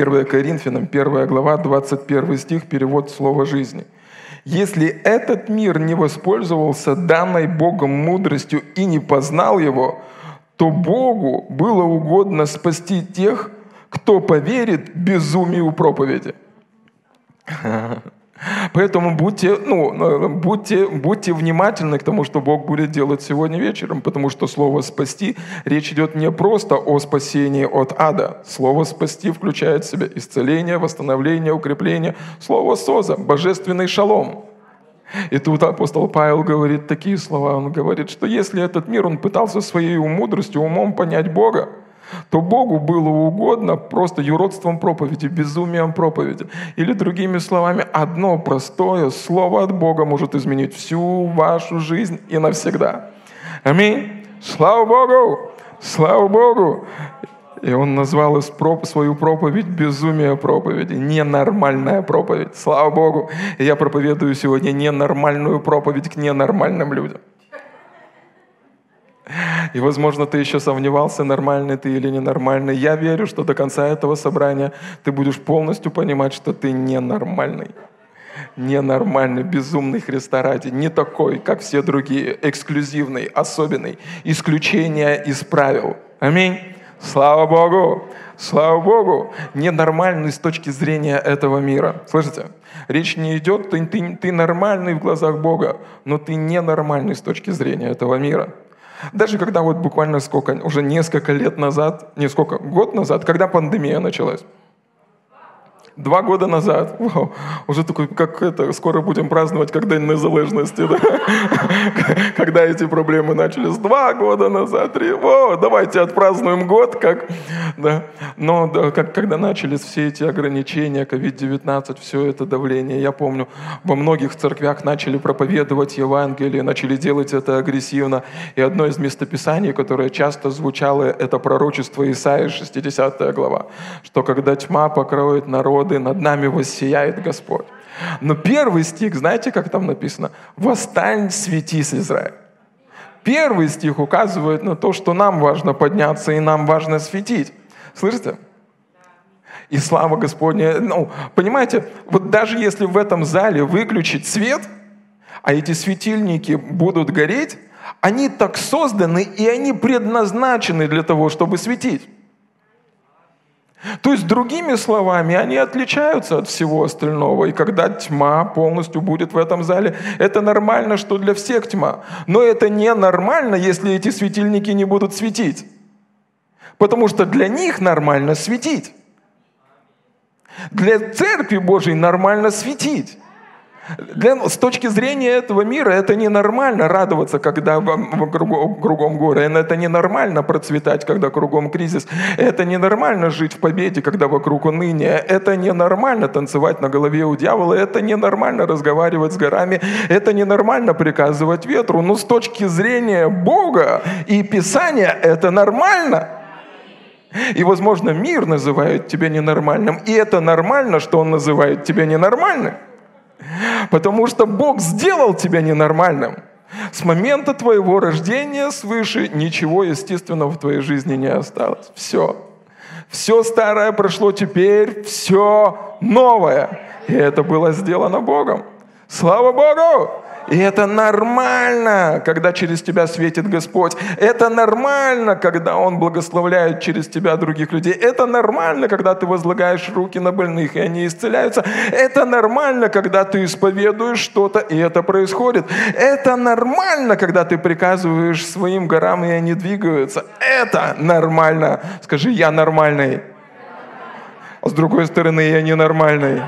1 Коринфянам, 1 глава, 21 стих, перевод слова жизни. «Если этот мир не воспользовался данной Богом мудростью и не познал его, то Богу было угодно спасти тех, кто поверит безумию проповеди». Поэтому будьте внимательны к тому, что Бог будет делать сегодня вечером, потому что слово «спасти» речь идет не просто о спасении от ада. Слово «спасти» включает в себя исцеление, восстановление, укрепление. Слово «соза» — божественный шалом. И тут апостол Павел говорит такие слова. Он говорит, что если этот мир, он пытался своей мудростью, умом понять Бога, то Богу было угодно просто юродством проповеди, безумием проповеди. Или другими словами, одно простое слово от Бога может изменить всю вашу жизнь и навсегда. Аминь. Слава Богу! Слава Богу! И он назвал свою проповедь «безумие проповеди», ненормальная проповедь. Слава Богу! И я проповедую сегодня ненормальную проповедь к ненормальным людям. И, возможно, ты еще сомневался, нормальный ты или ненормальный. Я верю, что до конца этого собрания ты будешь полностью понимать, что ты ненормальный. Ненормальный, безумный Христа ради. Не такой, как все другие. Эксклюзивный, особенный. Исключение из правил. Аминь. Слава Богу! Слава Богу! Ненормальный с точки зрения этого мира. Слышите? Речь не идет, ты нормальный в глазах Бога, но ты ненормальный с точки зрения этого мира. Даже когда вот буквально уже несколько лет назад, год назад, когда пандемия началась, 2 года назад, уже такой, скоро будем праздновать, как День незалежности, да? Когда эти проблемы начались 2 года назад, 3, давайте отпразднуем год, да? Но когда начались все эти ограничения, COVID-19, все это давление, я помню, во многих церквях начали проповедовать Евангелие, начали делать это агрессивно, и одно из местописаний, которое часто звучало, это пророчество Исаии, 60 глава, что когда тьма покроет народ, над нами воссияет Господь. Но первый стих, знаете, как там написано? «Восстань, светись, Израиль». Первый стих указывает на то, что нам важно подняться и нам важно светить. Слышите? И слава Господня. Понимаете, вот даже если в этом зале выключить свет, а эти светильники будут гореть, они так созданы и они предназначены для того, чтобы светить. То есть, другими словами, они отличаются от всего остального. И когда тьма полностью будет в этом зале, это нормально, что для всех тьма. Но это ненормально, если эти светильники не будут светить. Потому что для них нормально светить. Для Церкви Божией нормально светить. С точки зрения этого мира это ненормально радоваться, когда кругом горе. Это ненормально процветать, когда кругом кризис. Это ненормально жить в победе, когда вокруг уныние. Это ненормально танцевать на голове у дьявола. Это ненормально разговаривать с горами. Это ненормально приказывать ветру. Но с точки зрения Бога и Писания это нормально. И, возможно, мир называет тебя ненормальным. И это нормально, что он называет тебя ненормальным. Потому что Бог сделал тебя ненормальным. С момента твоего рождения свыше ничего естественного в твоей жизни не осталось. Все. Все старое прошло, теперь все новое. И это было сделано Богом. Слава Богу! И это нормально, когда через тебя светит Господь. Это нормально, когда Он благословляет через тебя других людей. Это нормально, когда ты возлагаешь руки на больных, и они исцеляются. Это нормально, когда ты исповедуешь что-то, и это происходит. Это нормально, когда ты приказываешь своим горам, и они двигаются. Это нормально. Скажи, я нормальный. А с другой стороны, я ненормальный.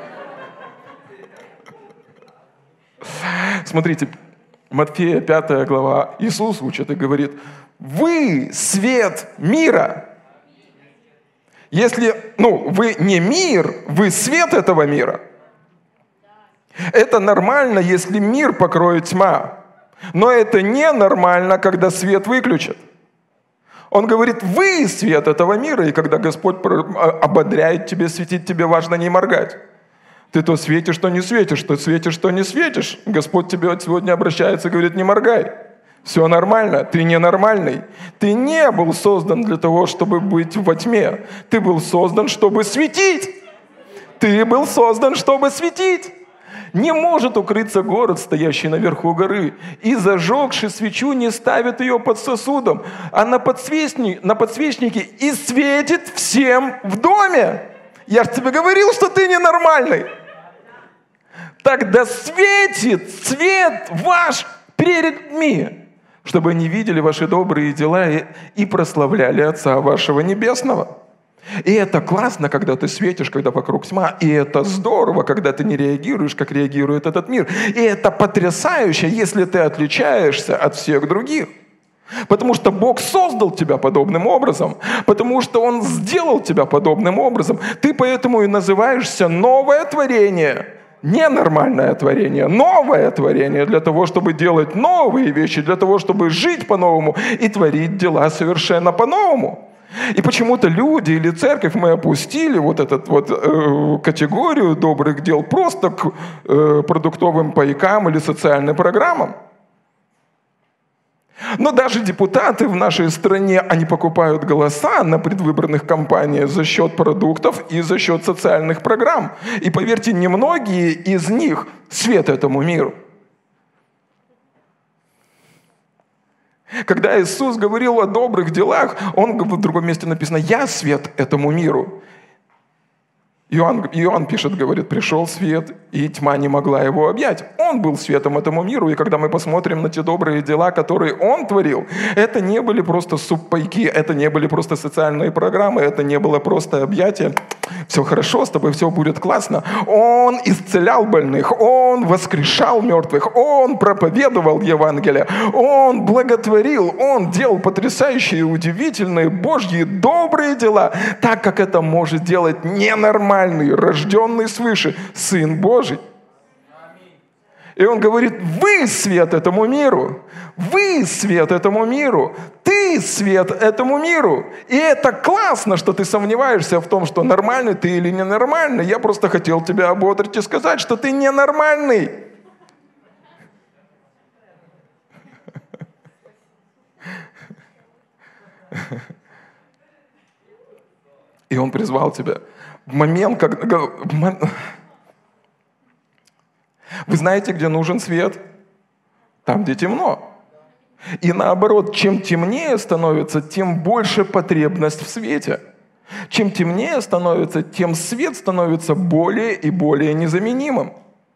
Смотрите, Матфея 5 глава, Иисус учит и говорит: вы свет мира. Если, вы не мир, вы свет этого мира. Это нормально, если мир покроет тьма. Но это ненормально, когда свет выключат. Он говорит, вы свет этого мира, и когда Господь ободряет тебя, светит, тебе важно не моргать. Ты то светишь, то не светишь, то светишь, то не светишь. Господь тебе сегодня обращается и говорит, не моргай. Все нормально, ты ненормальный. Ты не был создан для того, чтобы быть во тьме. Ты был создан, чтобы светить. Ты был создан, чтобы светить. Не может укрыться город, стоящий наверху горы, и, зажегши свечу, не ставит ее под сосудом, а на подсвечнике и светит всем в доме. Я же тебе говорил, что ты ненормальный. Тогда светит свет ваш перед людьми, чтобы они видели ваши добрые дела и прославляли Отца вашего Небесного. И это классно, когда ты светишь, когда вокруг тьма. И это здорово, когда ты не реагируешь, как реагирует этот мир. И это потрясающе, если ты отличаешься от всех других. Потому что Бог создал тебя подобным образом. Потому что Он сделал тебя подобным образом. Ты поэтому и называешься новое творение. Не нормальное творение, новое творение для того, чтобы делать новые вещи, для того, чтобы жить по-новому и творить дела совершенно по-новому. И почему-то люди или церковь мы опустили вот эту категорию добрых дел просто к продуктовым пайкам или социальным программам. Но даже депутаты в нашей стране, они покупают голоса на предвыборных кампаниях за счет продуктов и за счет социальных программ. И поверьте, немногие из них свет этому миру. Когда Иисус говорил о добрых делах, Он в другом месте написано: «Я свет этому миру». Иоанн пишет, говорит: пришел свет, и тьма не могла его объять. Он был светом этому миру, и когда мы посмотрим на те добрые дела, которые Он творил, это не были просто суппайки, это не были просто социальные программы, это не было просто объятие. Все хорошо, с тобой все будет классно. Он исцелял больных, Он воскрешал мертвых, Он проповедовал Евангелие, Он благотворил, Он делал потрясающие, удивительные, Божьи, добрые дела, так как это может делать ненормальный, рожденный свыше Сын Божий. И Он говорит: вы свет этому миру, вы свет этому миру, ты свет этому миру. И это классно, что ты сомневаешься в том, что нормальный ты или ненормальный. Я просто хотел тебя ободрить и сказать, что ты ненормальный. И Он призвал тебя в момент, когда... Вы знаете, где нужен свет? Там, где темно. И наоборот, чем темнее становится, тем больше потребность в свете. Чем темнее становится, тем свет становится более и более незаменимым.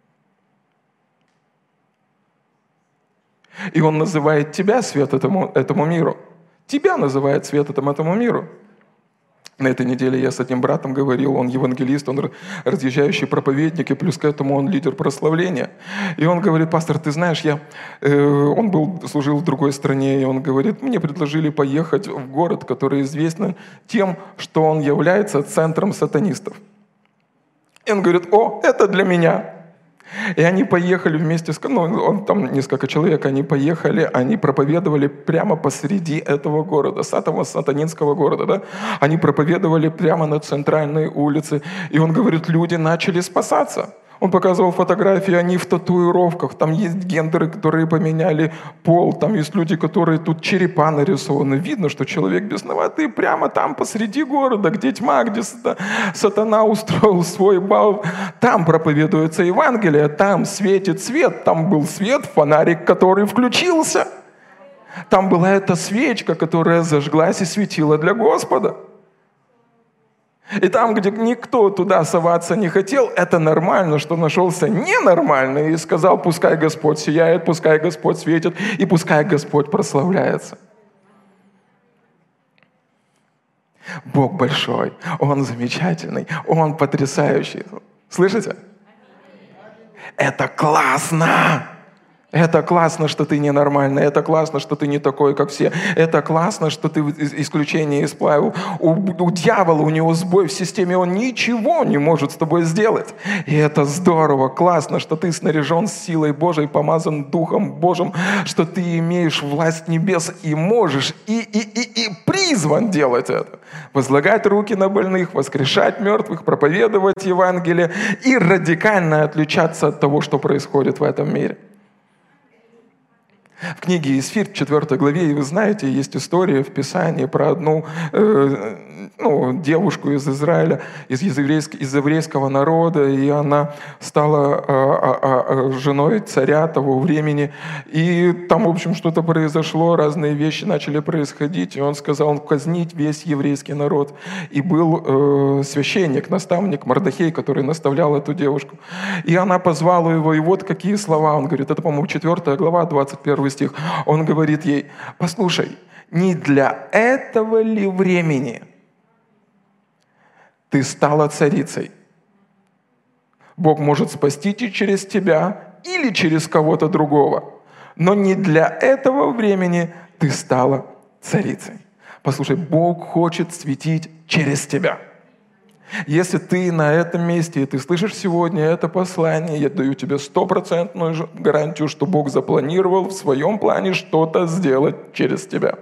И Он называет тебя свет этому миру. Тебя называет светом этому миру. На этой неделе я с одним братом говорил, он евангелист, он разъезжающий проповедник, и плюс к этому он лидер прославления. И он говорит: пастор, ты знаешь, он служил в другой стране, и он говорит: мне предложили поехать в город, который известен тем, что он является центром сатанистов. И он говорит: о, это для меня. И они поехали вместе с... там несколько человек, они поехали, они проповедовали прямо посреди этого города, сатанинского города, да? Они проповедовали прямо на центральной улице. И он говорит, люди начали спасаться. Он показывал фотографии, они в татуировках, там есть гендеры, которые поменяли пол, там есть люди, которые тут черепа нарисованы. Видно, что человек бесноватый, прямо там посреди города, где тьма, где сатана устроил свой бал. Там проповедуется Евангелие, там светит свет, там был свет, фонарик, который включился. Там была эта свечка, которая зажглась и светила для Господа. И там, где никто туда соваться не хотел, это нормально, что нашелся ненормальный и сказал: пускай Господь сияет, пускай Господь светит, и пускай Господь прославляется. Бог большой, Он замечательный, Он потрясающий. Слышите? Это классно! Это классно, что ты ненормальный, это классно, что ты не такой, как все. Это классно, что ты исключение исправил. У дьявола, у него сбой в системе, он ничего не может с тобой сделать. И это здорово, классно, что ты снаряжен силой Божией, помазан Духом Божьим, что ты имеешь власть небес и можешь, и призван делать это. Возлагать руки на больных, воскрешать мертвых, проповедовать Евангелие и радикально отличаться от того, что происходит в этом мире. В книге Исфирь, 4 главе, и вы знаете, есть история в Писании про одну девушку из Израиля, из еврейского народа, и она стала женой царя того времени. И там, в общем, что-то произошло, разные вещи начали происходить, и он сказал казнить весь еврейский народ. И был священник, наставник Мардахей, который наставлял эту девушку. И она позвала его, и вот какие слова он говорит. Это, по-моему, 4 глава, 21 стих. Он говорит ей: послушай, не для этого ли времени ты стала царицей? Бог может спасти через тебя или через кого-то другого, но не для этого времени ты стала царицей. Послушай, Бог хочет светить через тебя. Если ты на этом месте, и ты слышишь сегодня это послание, я даю тебе 100% гарантию, что Бог запланировал в своем плане что-то сделать через тебя.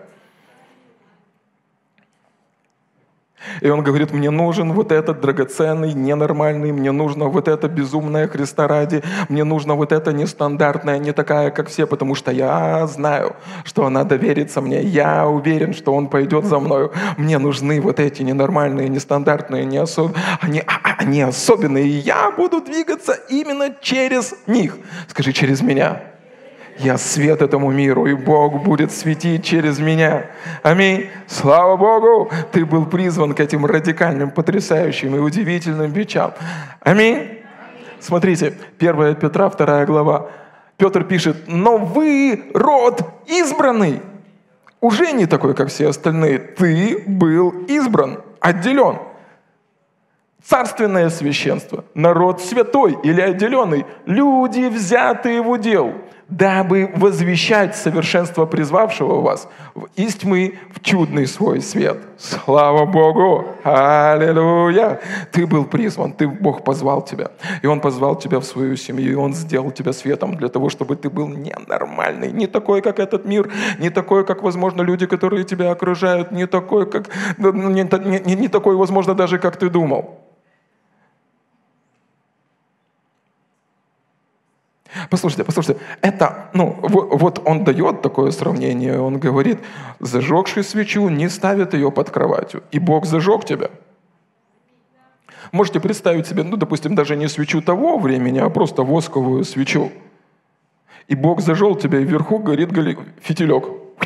И он говорит: мне нужен вот этот драгоценный, ненормальный, мне нужно вот это безумное Христа ради, мне нужно вот это нестандартное, не такая, как все, потому что я знаю, что она доверится мне, я уверен, что он пойдет за мною. Мне нужны вот эти ненормальные, нестандартные, они особенные, и я буду двигаться именно через них. Скажи: через меня. Я свет этому миру, и Бог будет светить через меня. Аминь. Слава Богу! Ты был призван к этим радикальным, потрясающим и удивительным вещам. Аминь. Смотрите, 1 Петра, 2 глава. Петр пишет: но вы род избранный. Уже не такой, как все остальные. Ты был избран, отделен. Царственное священство, народ святой или отделенный, люди, взятые в удел, дабы возвещать совершенство призвавшего вас из тьмы в чудный свой свет. Слава Богу! Аллилуйя! Ты был призван, Бог позвал тебя. И Он позвал тебя в свою семью, и Он сделал тебя светом для того, чтобы ты был ненормальный, не такой, как этот мир, не такой, как, возможно, люди, которые тебя окружают, не такой, не такой, возможно, даже, как ты думал. Послушайте, это, вот он дает такое сравнение, он говорит: зажегший свечу не ставит ее под кроватью, и Бог зажег тебя. Можете представить себе, допустим, даже не свечу того времени, а просто восковую свечу. И Бог зажег тебя, и вверху горит фитилек.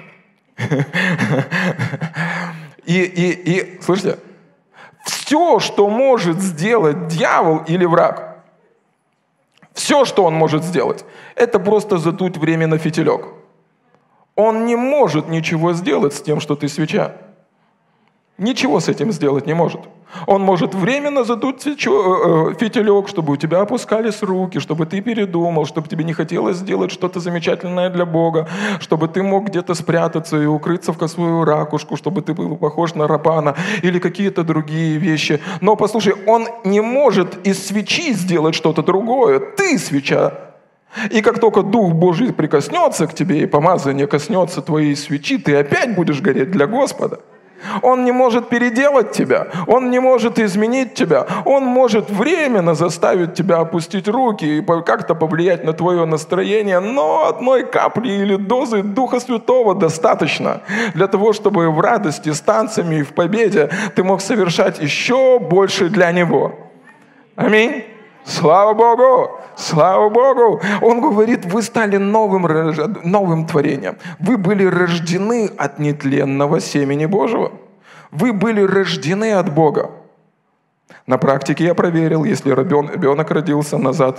И, слышите, все, что может сделать дьявол или враг, все, что он может сделать, это просто задуть время на фитилек. Он не может ничего сделать с тем, что ты свеча. Ничего с этим сделать не может. Он может временно задуть фитилек, чтобы у тебя опускались руки, чтобы ты передумал, чтобы тебе не хотелось сделать что-то замечательное для Бога, чтобы ты мог где-то спрятаться и укрыться в свою ракушку, чтобы ты был похож на рабана или какие-то другие вещи. Но послушай, он не может из свечи сделать что-то другое. Ты свеча. И как только Дух Божий прикоснется к тебе, и помазание коснется твоей свечи, ты опять будешь гореть для Господа. Он не может переделать тебя, он не может изменить тебя, он может временно заставить тебя опустить руки и как-то повлиять на твое настроение, но одной капли или дозы Духа Святого достаточно для того, чтобы в радости, с танцами и в победе ты мог совершать еще больше для Него. Аминь. Слава Богу! Слава Богу! Он говорит: вы стали новым творением. Вы были рождены от нетленного семени Божьего. Вы были рождены от Бога. На практике я проверил, если ребенок родился назад,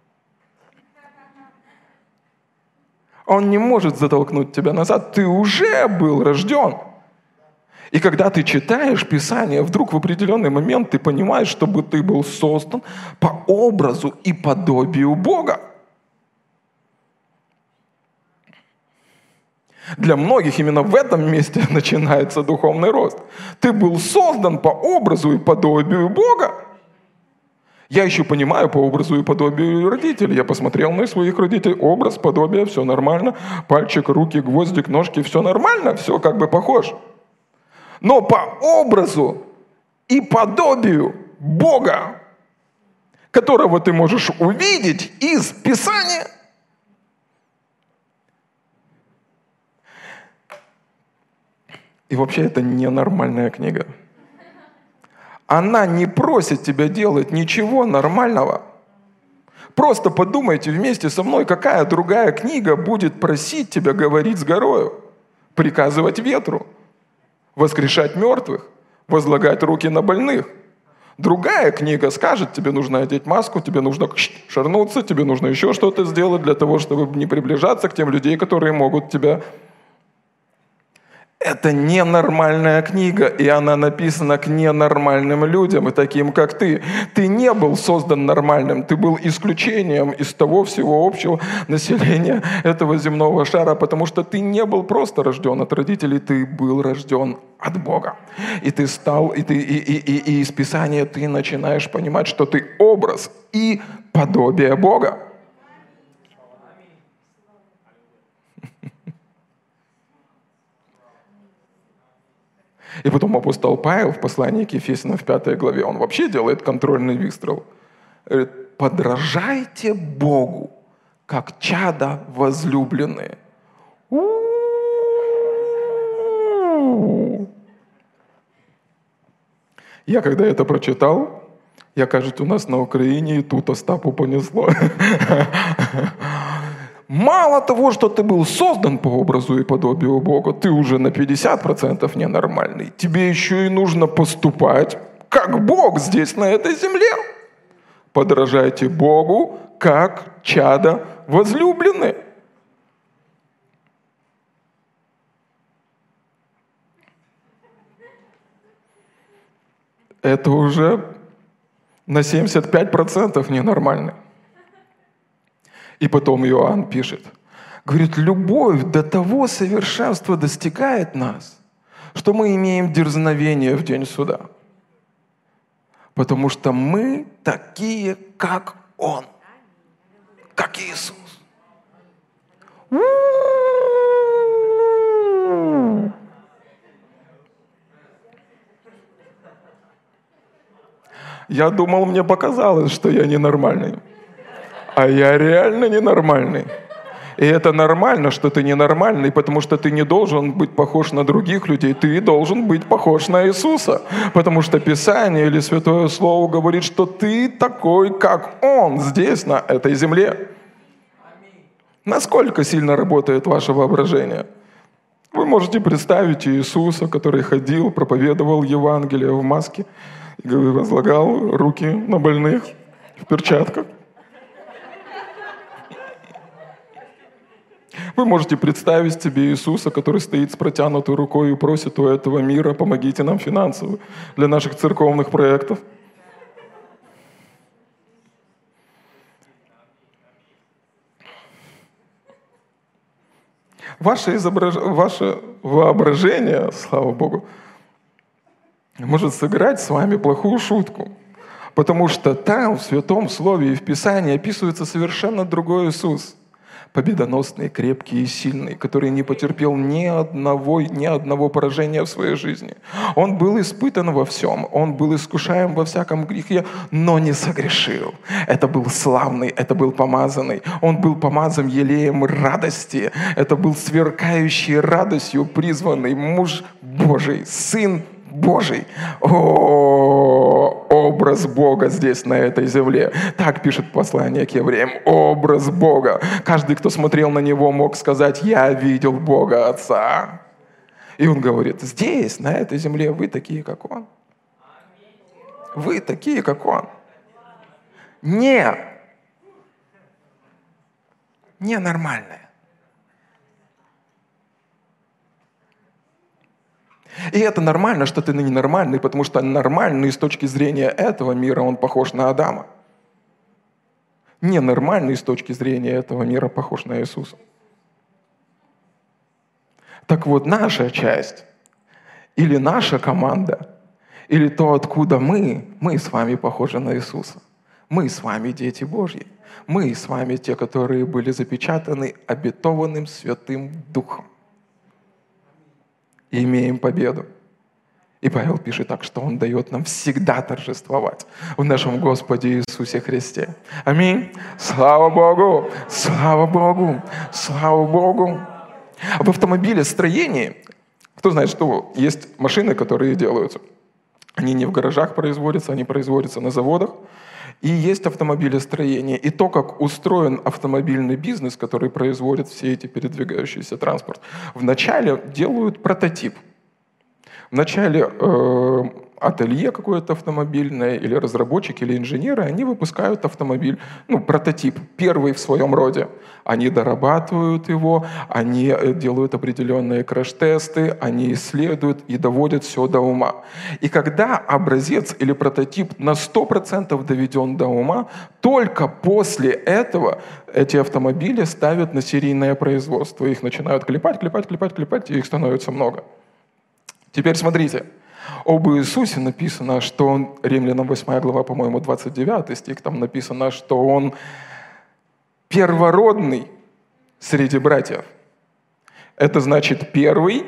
он не может затолкнуть тебя назад. Ты уже был рожден. И когда ты читаешь Писание, вдруг в определенный момент ты понимаешь, чтобы ты был создан по образу и подобию Бога. Для многих именно в этом месте начинается духовный рост. Ты был создан по образу и подобию Бога. Я еще понимаю по образу и подобию родителей. Я посмотрел на своих родителей. Образ, подобие, все нормально. Пальчик, руки, гвоздик, ножки, все нормально, все как бы похож. Но по образу и подобию Бога, которого ты можешь увидеть из Писания, И вообще это ненормальная книга. Она не просит тебя делать ничего нормального. Просто подумайте вместе со мной, какая другая книга будет просить тебя говорить с горою, приказывать ветру, воскрешать мертвых, возлагать руки на больных. Другая книга скажет, тебе нужно одеть маску, тебе нужно шарнуться, тебе нужно еще что-то сделать для того, чтобы не приближаться к тем людям, которые могут тебя... Это ненормальная книга, и она написана к ненормальным людям, и таким, как ты. Ты не был создан нормальным, ты был исключением из того всего общего населения этого земного шара, потому что ты не был просто рожден от родителей, ты был рожден от Бога. И ты стал, и из Писания ты начинаешь понимать, что ты образ и подобие Бога. И потом апостол Павел в послании к Ефесянам в 5 главе, он вообще делает контрольный выстрел. Говорит, подражайте Богу, как чада возлюбленные. Я когда это прочитал, я, кажется, у нас на Украине и тут Остапу понесло. Мало того, что ты был создан по образу и подобию Бога, ты уже на 50% ненормальный. Тебе еще и нужно поступать, как Бог здесь, на этой земле. Подражайте Богу, как чада возлюбленные. Это уже на 75% ненормально. И потом Иоанн пишет, говорит, любовь до того совершенства достигает нас, что мы имеем дерзновение в день суда. Потому что мы такие, как Он, как Иисус. Я думал, мне показалось, что я ненормальный. А я реально ненормальный. И это нормально, что ты ненормальный, потому что ты не должен быть похож на других людей, ты должен быть похож на Иисуса. Потому что Писание или Святое Слово говорит, что ты такой, как Он, здесь, на этой земле. Насколько сильно работает ваше воображение? Вы можете представить Иисуса, который ходил, проповедовал Евангелие в маске, и возлагал руки на больных в перчатках. Вы можете представить себе Иисуса, который стоит с протянутой рукой и просит у этого мира, помогите нам финансово для наших церковных проектов. Ваше воображение, слава Богу, может сыграть с вами плохую шутку. Потому что там, в Святом Слове и в Писании описывается совершенно другой Иисус. Победоносный, крепкий и сильный, который не потерпел ни одного поражения в своей жизни. Он был испытан во всем, он был искушаем во всяком грехе, но не согрешил. Это был славный, это был помазанный. Он был помазан елеем радости. Это был сверкающий радостью призванный муж Божий, Сын Божий. Образ Бога здесь, на этой земле. Так пишет послание к евреям. Образ Бога. Каждый, кто смотрел на него, мог сказать, я видел Бога Отца. И он говорит, здесь, на этой земле, вы такие, как Он. Вы такие, как Он. Ненормальные. И это нормально, что ты ненормальный, потому что нормальный с точки зрения этого мира он похож на Адама. Ненормальный с точки зрения этого мира похож на Иисуса. Так вот, наша часть, или наша команда, или то, откуда мы с вами похожи на Иисуса. Мы с вами дети Божьи. Мы с вами те, которые были запечатаны обетованным Святым Духом. И имеем победу. И Павел пишет так, что Он дает нам всегда торжествовать в нашем Господе Иисусе Христе. Аминь. Слава Богу! Слава Богу! Слава Богу! В автомобилестроении Кто знает, что есть машины, которые делаются? Они не в гаражах производятся, они производятся на заводах. И есть автомобилестроение. И то, как устроен автомобильный бизнес, который производит все эти передвигающиеся транспорт. Вначале делают прототип. Вначале ателье какое-то автомобильное, или разработчики, или инженеры, они выпускают автомобиль, прототип, первый в своем роде. Они дорабатывают его, они делают определенные краш-тесты, они исследуют и доводят все до ума. И когда образец или прототип на 100% доведен до ума, только после этого эти автомобили ставят на серийное производство. Их начинают клепать, и их становится много. Теперь смотрите. Об Иисусе написано, что Он, Римлянам 8 глава, по-моему, 29 стих, там написано, что Он первородный среди братьев. Это значит первый,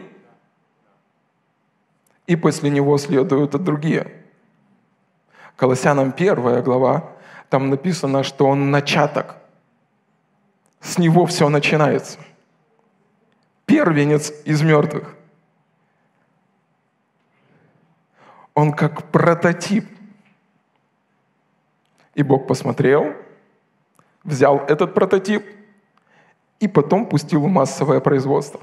и после Него следуют и другие. Колоссянам 1 глава, там написано, что Он начаток. С Него все начинается. Первенец из мертвых. Он как прототип. И Бог посмотрел, взял этот прототип и потом пустил в массовое производство.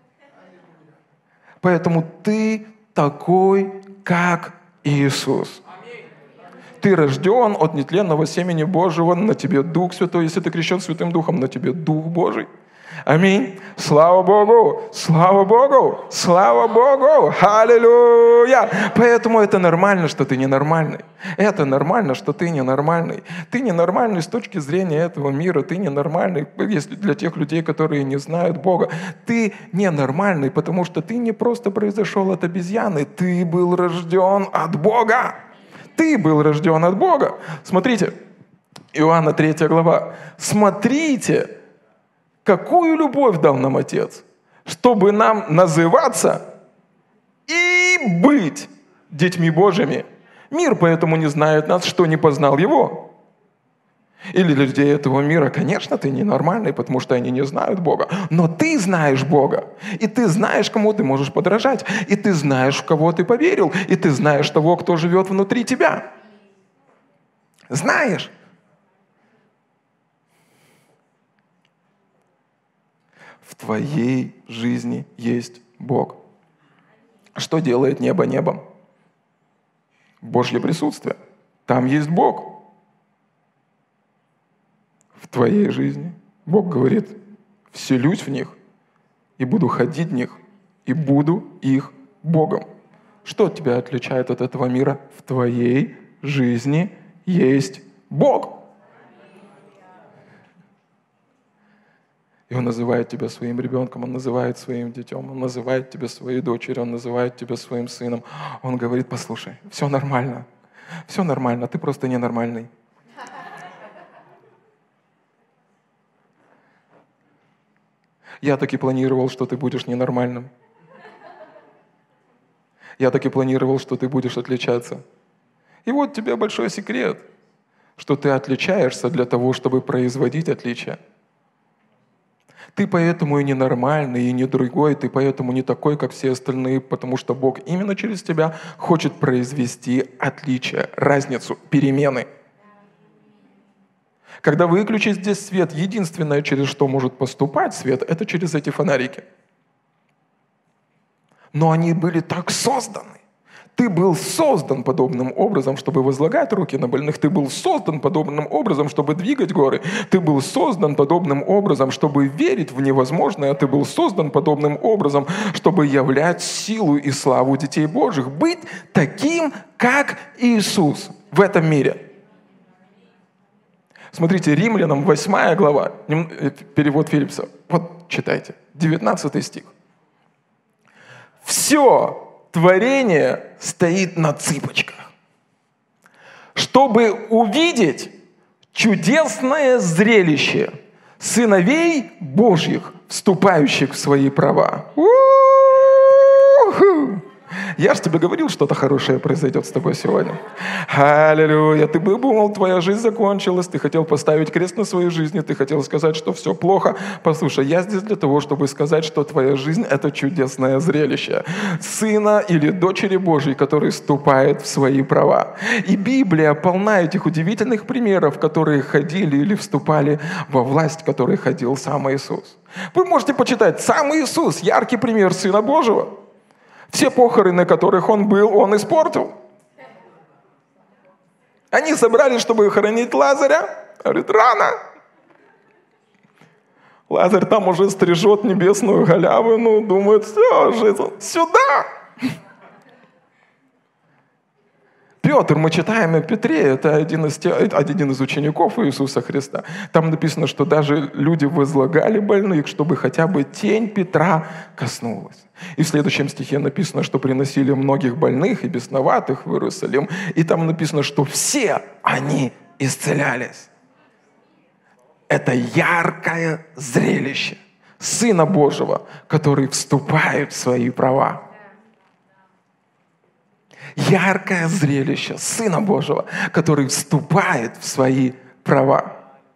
Поэтому ты такой, как Иисус. Ты рожден от нетленного семени Божьего, на тебе Дух Святой. Если ты крещен Святым Духом, на тебе Дух Божий. Аминь. Слава Богу! Слава Богу! Слава Богу! Аллилуйя! Поэтому это нормально, что ты ненормальный. Это нормально, что ты ненормальный. Ты ненормальный с точки зрения этого мира. Ты ненормальный, если для тех людей, которые не знают Бога. Ты ненормальный, потому что ты не просто произошел от обезьяны. Ты был рожден от Бога. Ты был рожден от Бога. Смотрите, Иоанна 3 глава. Смотрите, какую любовь дал нам Отец, чтобы нам называться и быть детьми Божьими. Мир поэтому не знает нас, что не познал Его. Или для людей этого мира, конечно, ты ненормальный, потому что они не знают Бога. Но ты знаешь Бога. И ты знаешь, кому ты можешь подражать. И ты знаешь, в кого ты поверил. И ты знаешь того, кто живет внутри тебя. Знаешь. В твоей жизни есть Бог. Что делает небо небом? Божье присутствие. Там есть Бог. В твоей жизни Бог говорит: вселюсь в них, и буду ходить в них, и буду их Богом. Что тебя отличает от этого мира? В твоей жизни есть Бог. И Он называет тебя своим ребенком, Он называет своим детем, Он называет тебя своей дочерью, Он называет тебя своим сыном. Он говорит: послушай, все нормально, ты просто ненормальный. Я так и планировал, что ты будешь ненормальным. Я так и планировал, что ты будешь отличаться. И вот тебе большой секрет, что ты отличаешься для того, чтобы производить отличия. Ты поэтому и ненормальный, и не другой, ты поэтому не такой, как все остальные, потому что Бог именно через тебя хочет произвести отличие, разницу, перемены. Когда выключить здесь свет, единственное, через что может поступать свет, это через эти фонарики. Но они были так созданы. Ты был создан подобным образом, чтобы возлагать руки на больных. Ты был создан подобным образом, чтобы двигать горы. Ты был создан подобным образом, чтобы верить в невозможное. Ты был создан подобным образом, чтобы являть силу и славу детей Божьих. Быть таким, как Иисус в этом мире. Смотрите, Римлянам 8 глава, перевод Филлипса. Вот читайте, 19 стих. Все творение стоит на цыпочках, чтобы увидеть чудесное зрелище сыновей Божьих, вступающих в свои права. Я же тебе говорил, что-то хорошее произойдет с тобой сегодня. Аллилуйя. Ты бы думал, твоя жизнь закончилась, ты хотел поставить крест на своей жизни, ты хотел сказать, что все плохо. Послушай, я здесь для того, чтобы сказать, что твоя жизнь — это чудесное зрелище. Сына или дочери Божьей, который вступает в свои права. И Библия полна этих удивительных примеров, которые ходили или вступали во власть, в которой ходил сам Иисус. Вы можете почитать, сам Иисус — яркий пример Сына Божьего. Все похороны, на которых Он был, Он испортил. Они собрались, чтобы хоронить Лазаря. Говорит, рано. Лазарь там уже стрижет небесную галявину, думает, все, жизнь, сюда. Петр, мы читаем о Петре, это один из учеников Иисуса Христа. Там написано, что даже люди возлагали больных, чтобы хотя бы тень Петра коснулась. И в следующем стихе написано, что приносили многих больных и бесноватых в Иерусалим. И там написано, что все они исцелялись. Это яркое зрелище Сына Божьего, который вступает в свои права. Яркое зрелище Сына Божьего, который вступает в свои права.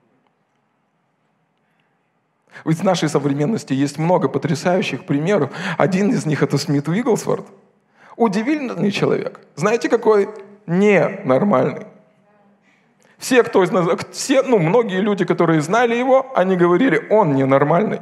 Ведь в нашей современности есть много потрясающих примеров. Один из них — это Смит Вигглсворт. Удивительный человек. Знаете, какой? Ненормальный. Многие люди, которые знали его, они говорили, он ненормальный.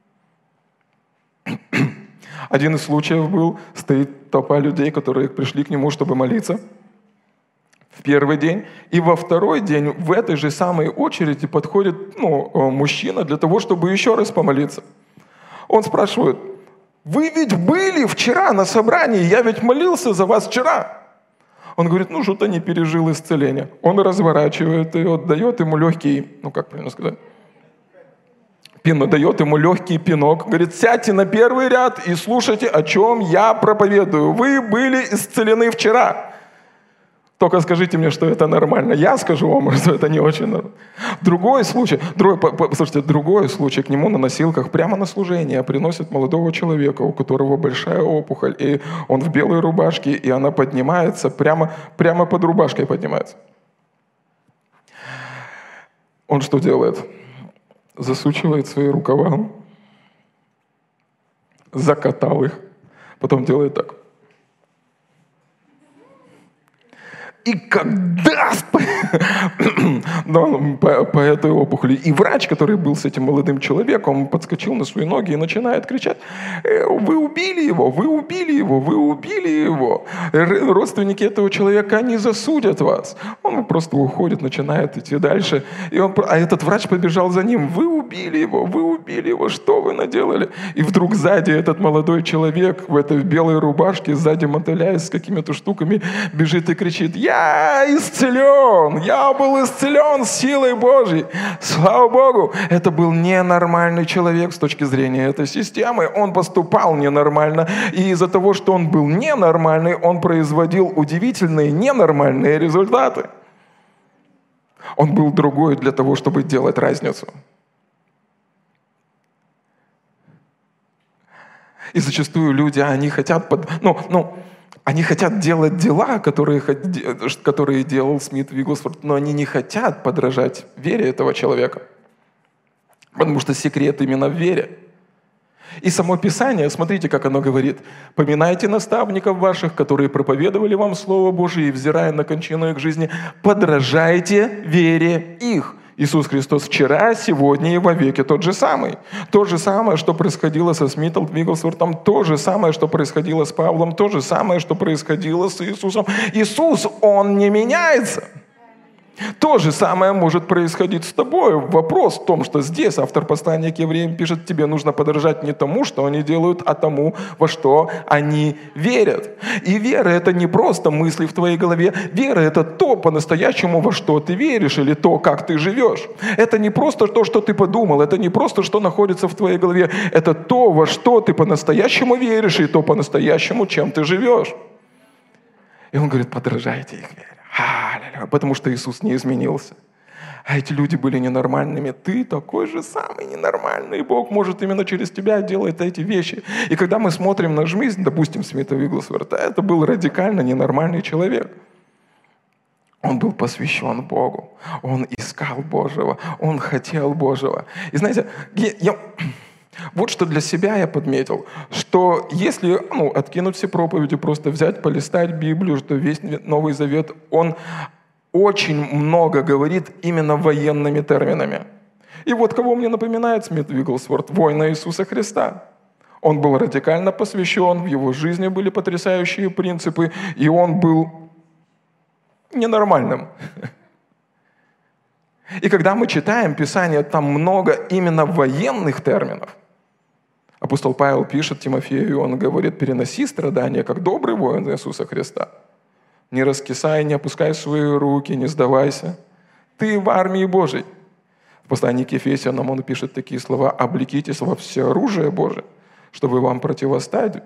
Один из случаев был, стоит толпа людей, которые пришли к нему, чтобы молиться в первый день. И во второй день в этой же самой очереди подходит мужчина для того, чтобы еще раз помолиться. Он спрашивает, вы ведь были вчера на собрании, я ведь молился за вас вчера. Он говорит, что-то не пережил исцеление. Он разворачивает и отдает ему легкий, дает ему легкий пинок. Говорит, сядьте на первый ряд и слушайте, о чем я проповедую. Вы были исцелены вчера. Только скажите мне, что это нормально. Я скажу вам, что это не очень нормально. Другой случай, к нему на носилках прямо на служение приносят молодого человека, у которого большая опухоль, и он в белой рубашке, и она поднимается, прямо под рубашкой поднимается. Он что делает? Засучивает свои рукава, закатал их, потом делает так. И когда по этой опухоли. И врач, который был с этим молодым человеком, он подскочил на свои ноги и начинает кричать, вы убили его, вы убили его, вы убили его. Родственники этого человека, они засудят вас. Он просто уходит, начинает идти дальше. А этот врач побежал за ним, вы убили его, что вы наделали? И вдруг сзади этот молодой человек в этой белой рубашке, сзади мотыляясь с какими-то штуками, бежит и кричит, я исцелен, я был исцелен силой Божьей. Слава Богу, это был ненормальный человек с точки зрения этой системы. Он поступал ненормально, и из-за того, что он был ненормальный, он производил удивительные ненормальные результаты. Он был другой для того, чтобы делать разницу. И зачастую люди, они хотят они хотят делать дела, которые делал Смит Вигглсворт, но они не хотят подражать вере этого человека. Потому что секрет именно в вере. И само Писание, смотрите, как оно говорит. «Поминайте наставников ваших, которые проповедовали вам Слово Божие, и, взирая на кончину их жизни, подражайте вере их». Иисус Христос вчера, сегодня и вовеки тот же самый. То же самое, что происходило со Смитом Вигглсвортом, то же самое, что происходило с Павлом, то же самое, что происходило с Иисусом. Иисус, Он не меняется. То же самое может происходить с тобой. Вопрос в том, что здесь автор послания к евреям пишет, тебе нужно подражать не тому, что они делают, а тому, во что они верят. И вера — это не просто мысли в твоей голове. Вера — это то по-настоящему, во что ты веришь, или то, как ты живешь. Это не просто то, что ты подумал, это не просто, что находится в твоей голове. Это то, во что ты по-настоящему веришь, и то по-настоящему, чем ты живешь. И он говорит, подражайте их вере. Потому что Иисус не изменился. А эти люди были ненормальными. Ты такой же самый ненормальный. И Бог может именно через тебя делать эти вещи. И когда мы смотрим на жизнь, допустим, Смита Вигглсворта, это был радикально ненормальный человек. Он был посвящен Богу. Он искал Божьего. Он хотел Божьего. И знаете, вот что для себя я подметил, что если откинуть все проповеди, просто взять, полистать Библию, что весь Новый Завет, он очень много говорит именно военными терминами. И вот кого мне напоминает Смит Вигглсворт? Воина Иисуса Христа. Он был радикально посвящен, в его жизни были потрясающие принципы, и он был ненормальным. И когда мы читаем Писание, там много именно военных терминов. Апостол Павел пишет Тимофею, и он говорит: переноси страдания, как добрый воин Иисуса Христа. Не раскисай, не опускай свои руки, не сдавайся. Ты в армии Божьей. В послании к Ефесянам он пишет такие слова: облекитесь во всеоружие Божие, чтобы вам противостать.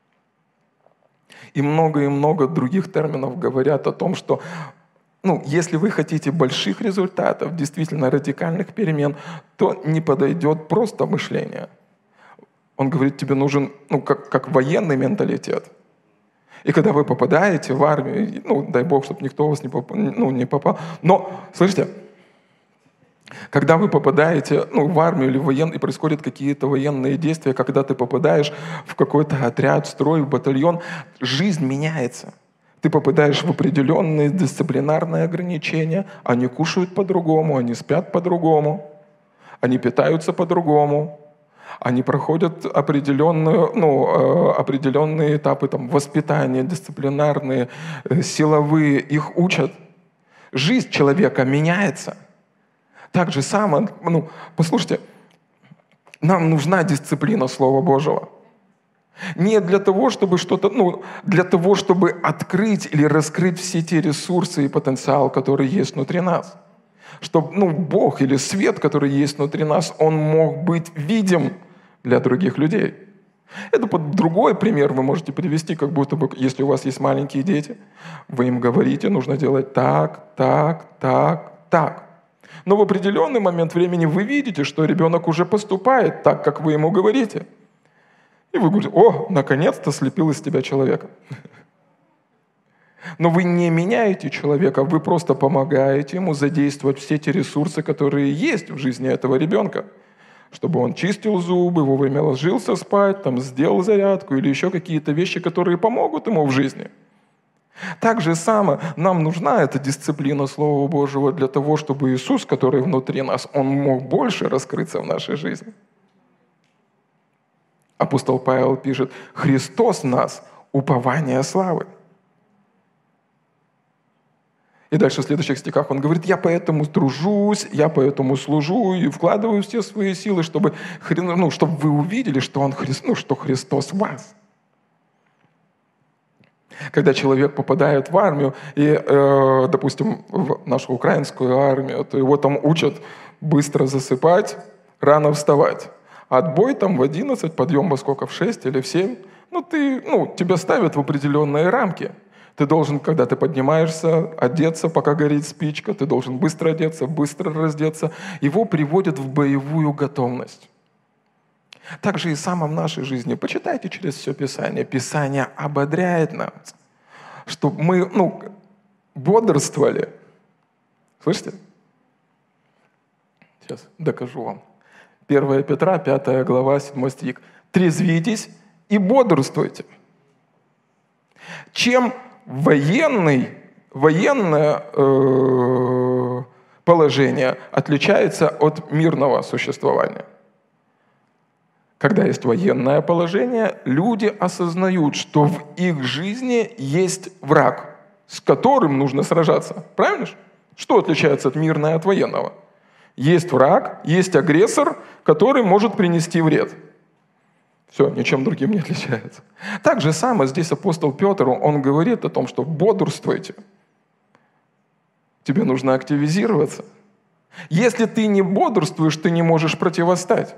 И много других терминов говорят о том, что если вы хотите больших результатов, действительно радикальных перемен, то не подойдет просто мышление. Он говорит, тебе нужен как военный менталитет. И когда вы попадаете в армию, дай Бог, чтобы никто у вас не попал. Но, слышите, когда вы попадаете в армию или в военный, и происходят какие-то военные действия, когда ты попадаешь в какой-то отряд, строй, в батальон, жизнь меняется. Ты попадаешь в определенные дисциплинарные ограничения, они кушают по-другому, они спят по-другому, они питаются по-другому. Они проходят определенные этапы воспитания, дисциплинарные, силовые, их учат. Жизнь человека меняется. Так же самое, послушайте, нам нужна дисциплина Слова Божьего. Не для того, чтобы для того, чтобы открыть или раскрыть все те ресурсы и потенциал, которые есть внутри нас. Чтобы, Бог или свет, который есть внутри нас, он мог быть видим для других людей. Это другой пример вы можете привести, как будто бы, если у вас есть маленькие дети, вы им говорите, нужно делать так. Но в определенный момент времени вы видите, что ребенок уже поступает так, как вы ему говорите. И вы говорите: о, наконец-то слепил из тебя человека. Но вы не меняете человека, вы просто помогаете ему задействовать все те ресурсы, которые есть в жизни этого ребенка. Чтобы он чистил зубы, вовремя ложился спать, сделал зарядку или еще какие-то вещи, которые помогут ему в жизни. Так же само нам нужна эта дисциплина Слова Божьего для того, чтобы Иисус, который внутри нас, Он мог больше раскрыться в нашей жизни. Апостол Павел пишет: «Христос в нас – упование славы». И дальше в следующих стихах он говорит: «Я поэтому тружусь, я поэтому служу и вкладываю все свои силы, чтобы вы увидели, что что Христос в вас». Когда человек попадает в армию, и, допустим, в нашу украинскую армию, то его там учат быстро засыпать, рано вставать. Отбой в 11, подъем во сколько, в 6 или в 7. Тебя ставят в определенные рамки. Ты должен, когда ты поднимаешься, одеться, пока горит спичка. Ты должен быстро одеться, быстро раздеться. Его приводят в боевую готовность. Так же и само в нашей жизни. Почитайте через все Писание. Писание ободряет нас, чтобы мы бодрствовали. Слышите? Сейчас докажу вам. 1 Петра, 5 глава, 7 стих. «Трезвитесь и бодрствуйте». Чем военное положение отличается от мирного существования? Когда есть военное положение, люди осознают, что в их жизни есть враг, с которым нужно сражаться. Правильно же? Что отличается от мирного от военного? Есть враг, есть агрессор, который может принести вред. Все, ничем другим не отличается. Так же самое здесь апостол Петр, он говорит о том, что бодрствуйте. Тебе нужно активизироваться. Если ты не бодрствуешь, ты не можешь противостать.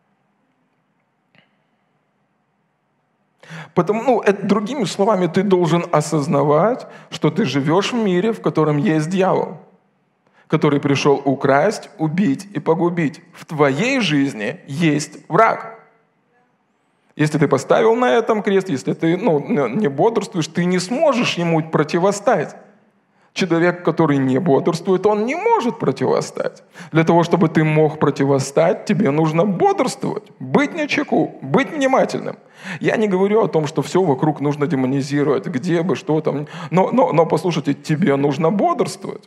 Потому, другими словами, ты должен осознавать, что ты живешь в мире, в котором есть дьявол, который пришел украсть, убить и погубить. В твоей жизни есть враг. Если ты поставил на этом крест, если ты не бодрствуешь, ты не сможешь ему противостать. Человек, который не бодрствует, он не может противостать. Для того, чтобы ты мог противостать, тебе нужно бодрствовать, быть начеку, быть внимательным. Я не говорю о том, что все вокруг нужно демонизировать, где бы, что там. Но послушайте, тебе нужно бодрствовать.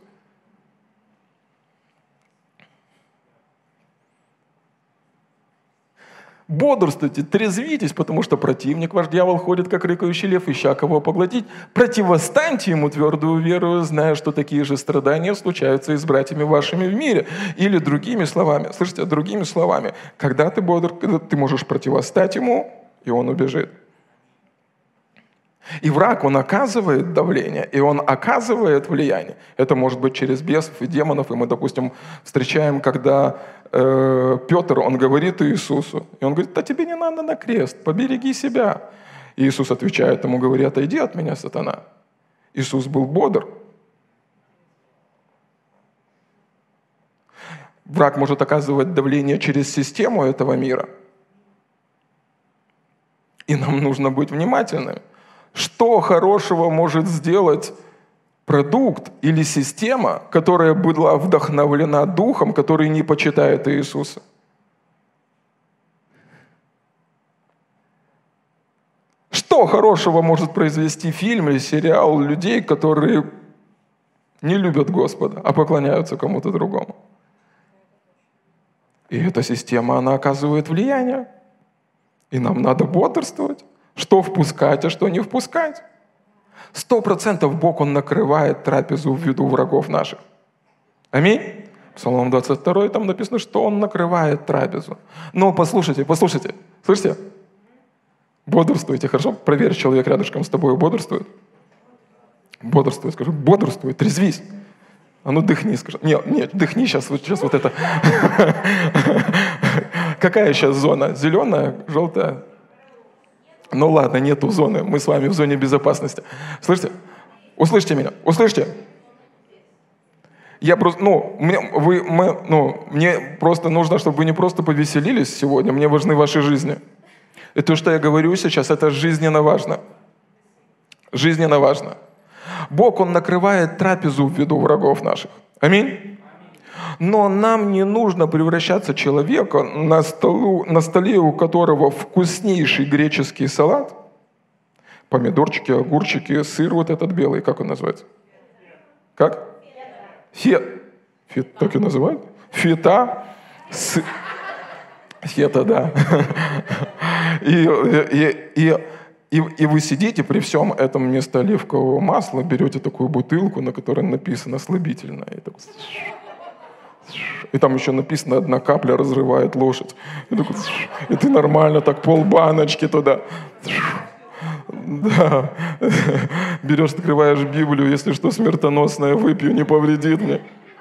Бодрствуйте, трезвитесь, потому что противник, ваш дьявол, ходит, как рыкающий лев, ища кого поглотить. Противостаньте ему твердую веру, зная, что такие же страдания случаются и с братьями вашими в мире. Или другими словами, слышите, другими словами, когда ты бодр, когда ты можешь противостать ему, и он убежит. И враг, он оказывает давление, и он оказывает влияние. Это может быть через бесов и демонов, и мы, допустим, встречаем, когда Петр, он говорит Иисусу, и он говорит: да тебе не надо на крест, побереги себя. И Иисус отвечает ему, говорит: отойди от меня, сатана. Иисус был бодр. Враг может оказывать давление через систему этого мира. И нам нужно быть внимательными. Что хорошего может сделать продукт или система, которая была вдохновлена Духом, который не почитает Иисуса? Что хорошего может произвести фильм или сериал людей, которые не любят Господа, а поклоняются кому-то другому? И эта система, она оказывает влияние. И нам надо бодрствовать. Что впускать, а что не впускать. 100% Бог, Он накрывает трапезу в виду врагов наших. Аминь. Псалом 22, там написано, что Он накрывает трапезу. Но послушайте, слышите? Бодрствуйте, хорошо? Проверь, человек рядышком с тобой бодрствует. Бодрствуй, скажи: бодрствуй, трезвись. А ну дыхни, скажи. Нет, дыхни сейчас вот это. Какая сейчас зона? Зеленая, желтая? Ну ладно, нету зоны, мы с вами в зоне безопасности. Слышите? Услышьте меня, услышьте. Я просто, мне просто нужно, чтобы вы не просто повеселились сегодня, мне важны ваши жизни. И то, что я говорю сейчас, это жизненно важно. Жизненно важно. Бог, Он накрывает трапезу в виду врагов наших. Аминь. Но нам не нужно превращаться человека, на столе у которого вкуснейший греческий салат, помидорчики, огурчики, сыр вот этот белый, как он называется? Как? Фет, так и называют? Фета. Фета, да. И вы сидите при всем этом вместо оливкового масла, берете такую бутылку, на которой написано слабительное. И там еще написано: 1 капля разрывает лошадь. И ты нормально так полбаночки туда. Да. Берешь, открываешь Библию: если что смертоносное выпью, не повредит мне.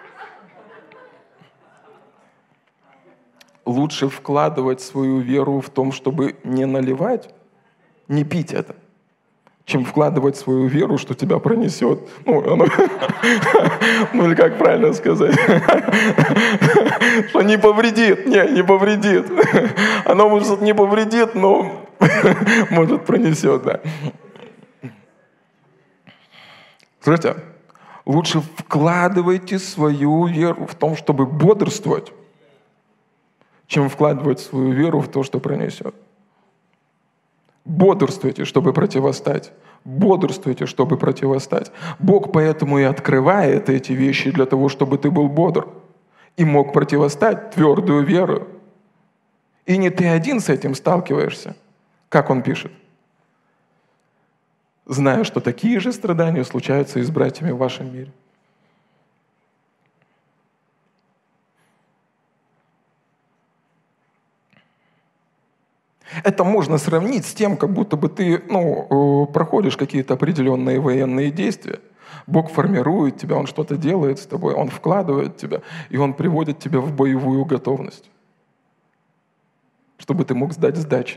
Лучше вкладывать свою веру в том, чтобы не наливать, не пить это, чем вкладывать свою веру, что тебя пронесет. Или как правильно сказать? Что не повредит. Не повредит. Оно, может, не повредит, но может пронесет, да. Слушайте, лучше вкладывайте свою веру в том, чтобы бодрствовать, чем вкладывать свою веру в то, что пронесет. Бодрствуйте, чтобы противостать. Бодрствуйте, чтобы противостать. Бог поэтому и открывает эти вещи для того, чтобы ты был бодр и мог противостать твердую веру. И не ты один с этим сталкиваешься, как он пишет. Зная, что такие же страдания случаются и с братьями в вашем мире. Это можно сравнить с тем, как будто бы ты проходишь какие-то определенные военные действия. Бог формирует тебя, Он что-то делает с тобой, Он вкладывает тебя, и Он приводит тебя в боевую готовность, чтобы ты мог сдать сдачи,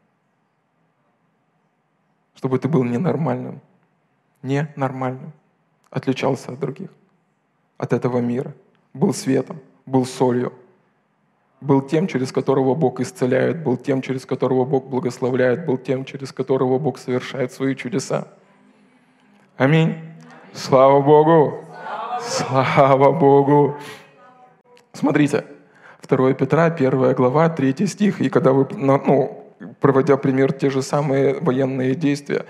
чтобы ты был ненормальным, отличался от других, от этого мира, был светом, был солью, был тем, через которого Бог исцеляет, был тем, через которого Бог благословляет, был тем, через которого Бог совершает свои чудеса. Аминь. Слава Богу! Слава Богу! Смотрите, 2 Петра, 1 глава, 3 стих. И когда вы, проводя пример, те же самые военные действия,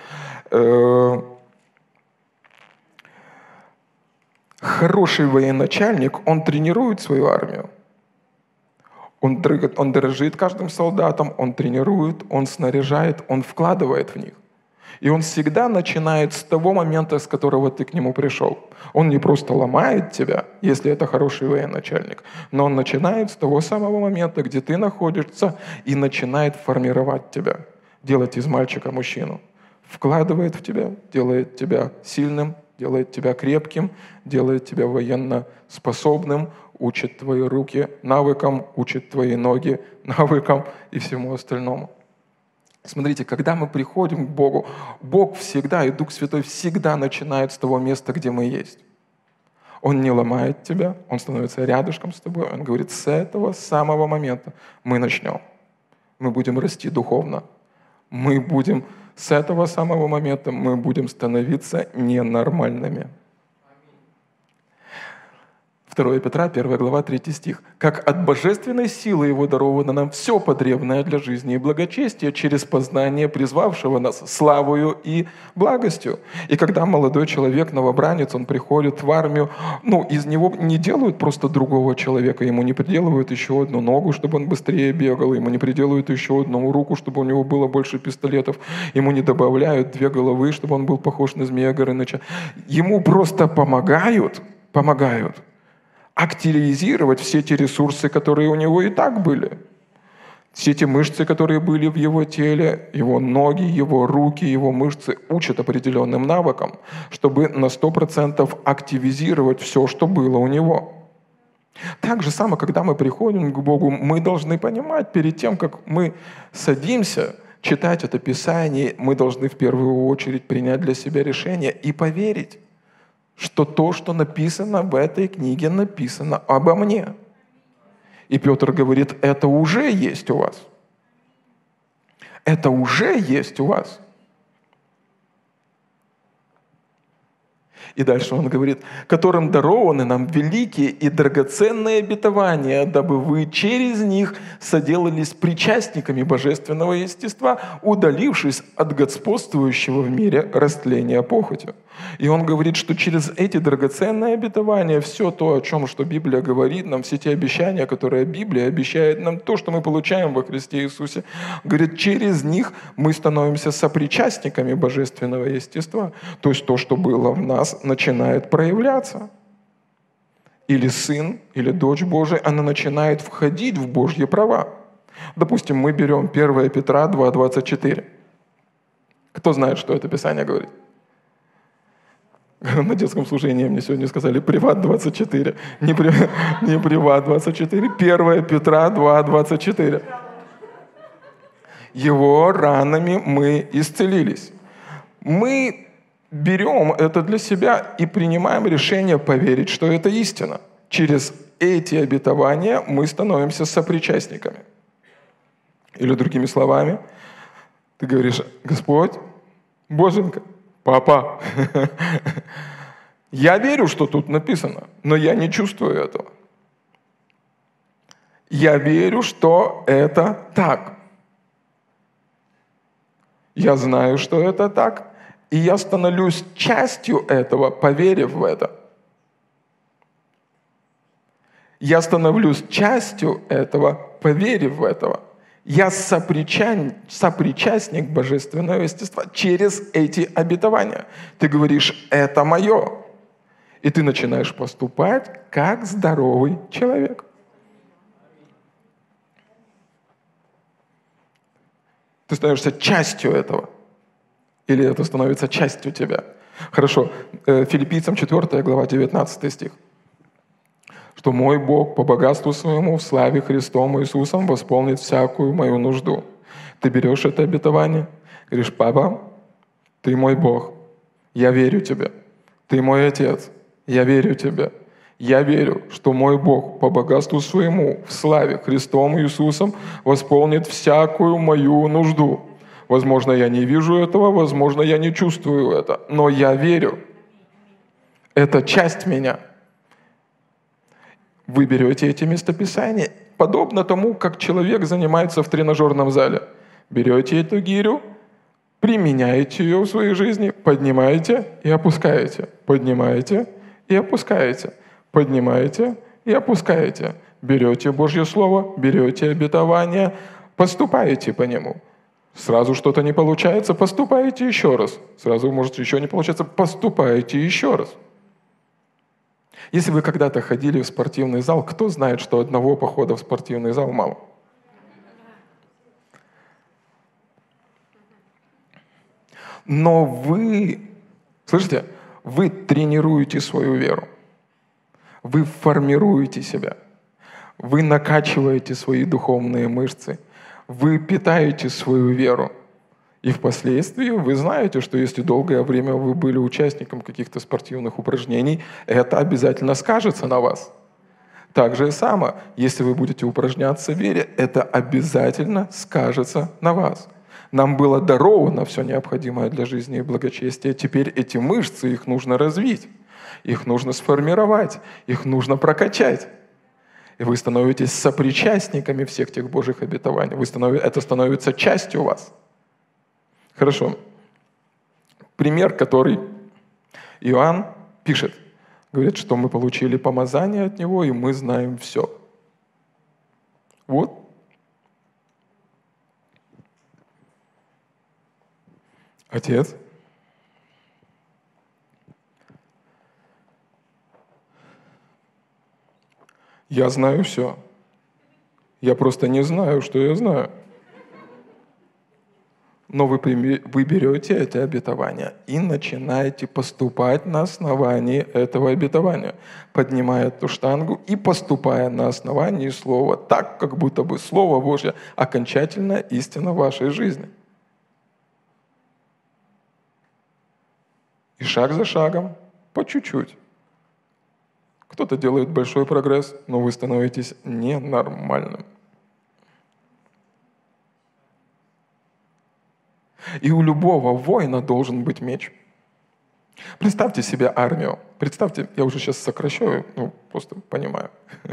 хороший военачальник, он тренирует свою армию. Он дорожит каждым солдатом, он тренирует, он снаряжает, он вкладывает в них. И он всегда начинает с того момента, с которого ты к нему пришел. Он не просто ломает тебя, если это хороший военачальник, но он начинает с того самого момента, где ты находишься, и начинает формировать тебя, делать из мальчика мужчину. Вкладывает в тебя, делает тебя сильным, делает тебя крепким, делает тебя военно способным, учит твои руки навыкам, учит твои ноги навыкам и всему остальному. Смотрите, когда мы приходим к Богу, Бог всегда, и Дух Святой всегда начинает с того места, где мы есть. Он не ломает тебя, Он становится рядышком с тобой, Он говорит, с этого самого момента мы начнем. Мы будем расти духовно. С этого самого момента мы будем становиться ненормальными. 2 Петра, 1 глава, 3 стих. «Как от божественной силы Его даровано нам все потребное для жизни и благочестия через познание призвавшего нас славою и благостью». И когда молодой человек, новобранец, он приходит в армию, из него не делают просто другого человека, ему не приделывают еще одну ногу, чтобы он быстрее бегал, ему не приделывают еще одну руку, чтобы у него было больше пистолетов, ему не добавляют 2 головы, чтобы он был похож на Змея Горыныча. Ему просто помогают активизировать все те ресурсы, которые у него и так были. Все те мышцы, которые были в его теле, его ноги, его руки, его мышцы учат определенным навыкам, чтобы на 100% активизировать все, что было у него. Так же самое, когда мы приходим к Богу, мы должны понимать, перед тем, как мы садимся читать это Писание, мы должны в первую очередь принять для себя решение и поверить, что то, что написано в этой книге, написано обо мне. И Петр говорит, это уже есть у вас. Это уже есть у вас. И дальше он говорит, которым дарованы нам великие и драгоценные обетования, дабы вы через них соделались причастниками божественного естества, удалившись от господствующего в мире растления похотью. И он говорит, что через эти драгоценные обетования, все то, о чем что Библия говорит нам, все те обещания, которые Библия обещает нам, то, что мы получаем во Христе Иисусе, говорит, через них мы становимся сопричастниками божественного естества. То есть то, что было в нас, начинает проявляться. Или сын, или дочь Божия, она начинает входить в Божьи права. Допустим, мы берем 1 Петра 2:24. Кто знает, что это Писание говорит? На детском служении мне сегодня сказали «Приват 24». Не «Приват 24», 1 Петра 2:24. Его ранами мы исцелились. Мы берем это для себя и принимаем решение поверить, что это истина. Через эти обетования мы становимся сопричастниками. Или другими словами, ты говоришь, Господь, Боженька, Папа, я верю, что тут написано, но я не чувствую этого. Я верю, что это так. Я знаю, что это так, и я становлюсь частью этого, поверив в это. Я становлюсь частью этого, поверив в это. Я сопричастник божественного естества через эти обетования. Ты говоришь, это мое. И ты начинаешь поступать как здоровый человек. Ты становишься частью этого. Или это становится частью тебя. Хорошо. Филиппийцам 4 глава 19 стих. Что мой Бог по богатству своему в славе Христом Иисусом восполнит всякую мою нужду. Ты берешь это обетование, говоришь, Папа, ты мой Бог, я верю тебе. Ты мой Отец, я верю тебе. Я верю, что мой Бог по богатству своему в славе Христом Иисусом восполнит всякую мою нужду. Возможно, я не вижу этого, возможно, я не чувствую это, но я верю. Это часть меня. Вы берете эти местописания, подобно тому, как человек занимается в тренажерном зале. Берете эту гирю, применяете ее в своей жизни, поднимаете и опускаете, поднимаете и опускаете, поднимаете и опускаете. Берете Божье Слово, берете обетование, поступаете по нему. Сразу что-то не получается, поступаете еще раз. Сразу, может, еще не получается, поступаете еще раз. Если вы когда-то ходили в спортивный зал, кто знает, что одного похода в спортивный зал мало? Но вы, слышите, вы тренируете свою веру. Вы формируете себя. Вы накачиваете свои духовные мышцы. Вы питаете свою веру. И впоследствии вы знаете, что если долгое время вы были участником каких-то спортивных упражнений, это обязательно скажется на вас. Так же и само, если вы будете упражняться в вере, это обязательно скажется на вас. Нам было даровано все необходимое для жизни и благочестия. Теперь эти мышцы, их нужно развить, их нужно сформировать, их нужно прокачать. И вы становитесь сопричастниками всех тех Божьих обетований. Это становится частью вас. Хорошо. Пример, который Иоанн пишет. Говорит, что мы получили помазание от него, и мы знаем все. Вот. Отец. Я знаю все. Я просто не знаю, что я знаю. Но вы берете эти обетования и начинаете поступать на основании этого обетования, поднимая эту штангу и поступая на основании Слова так, как будто бы Слово Божье – окончательная истина вашей жизни. И шаг за шагом, по чуть-чуть. Кто-то делает большой прогресс, но вы становитесь ненормальным. И у любого воина должен быть меч. Представьте себе армию. Представьте, я уже сейчас сокращаю, просто понимаю.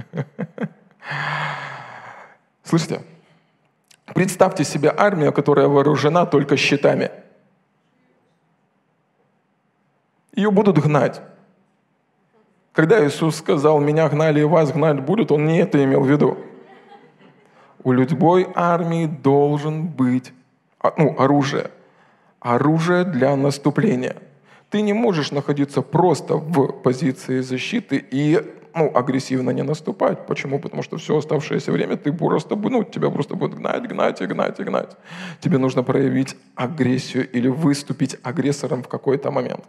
Слышите? Представьте себе армию, которая вооружена только щитами. Ее будут гнать. Когда Иисус сказал, меня гнали и вас гнать будут, Он не это имел в виду. У любой армии должен быть оружие. Оружие для наступления. Ты не можешь находиться просто в позиции защиты и агрессивно не наступать. Почему? Потому что все оставшееся время тебя просто будут гнать. Тебе нужно проявить агрессию или выступить агрессором в какой-то момент.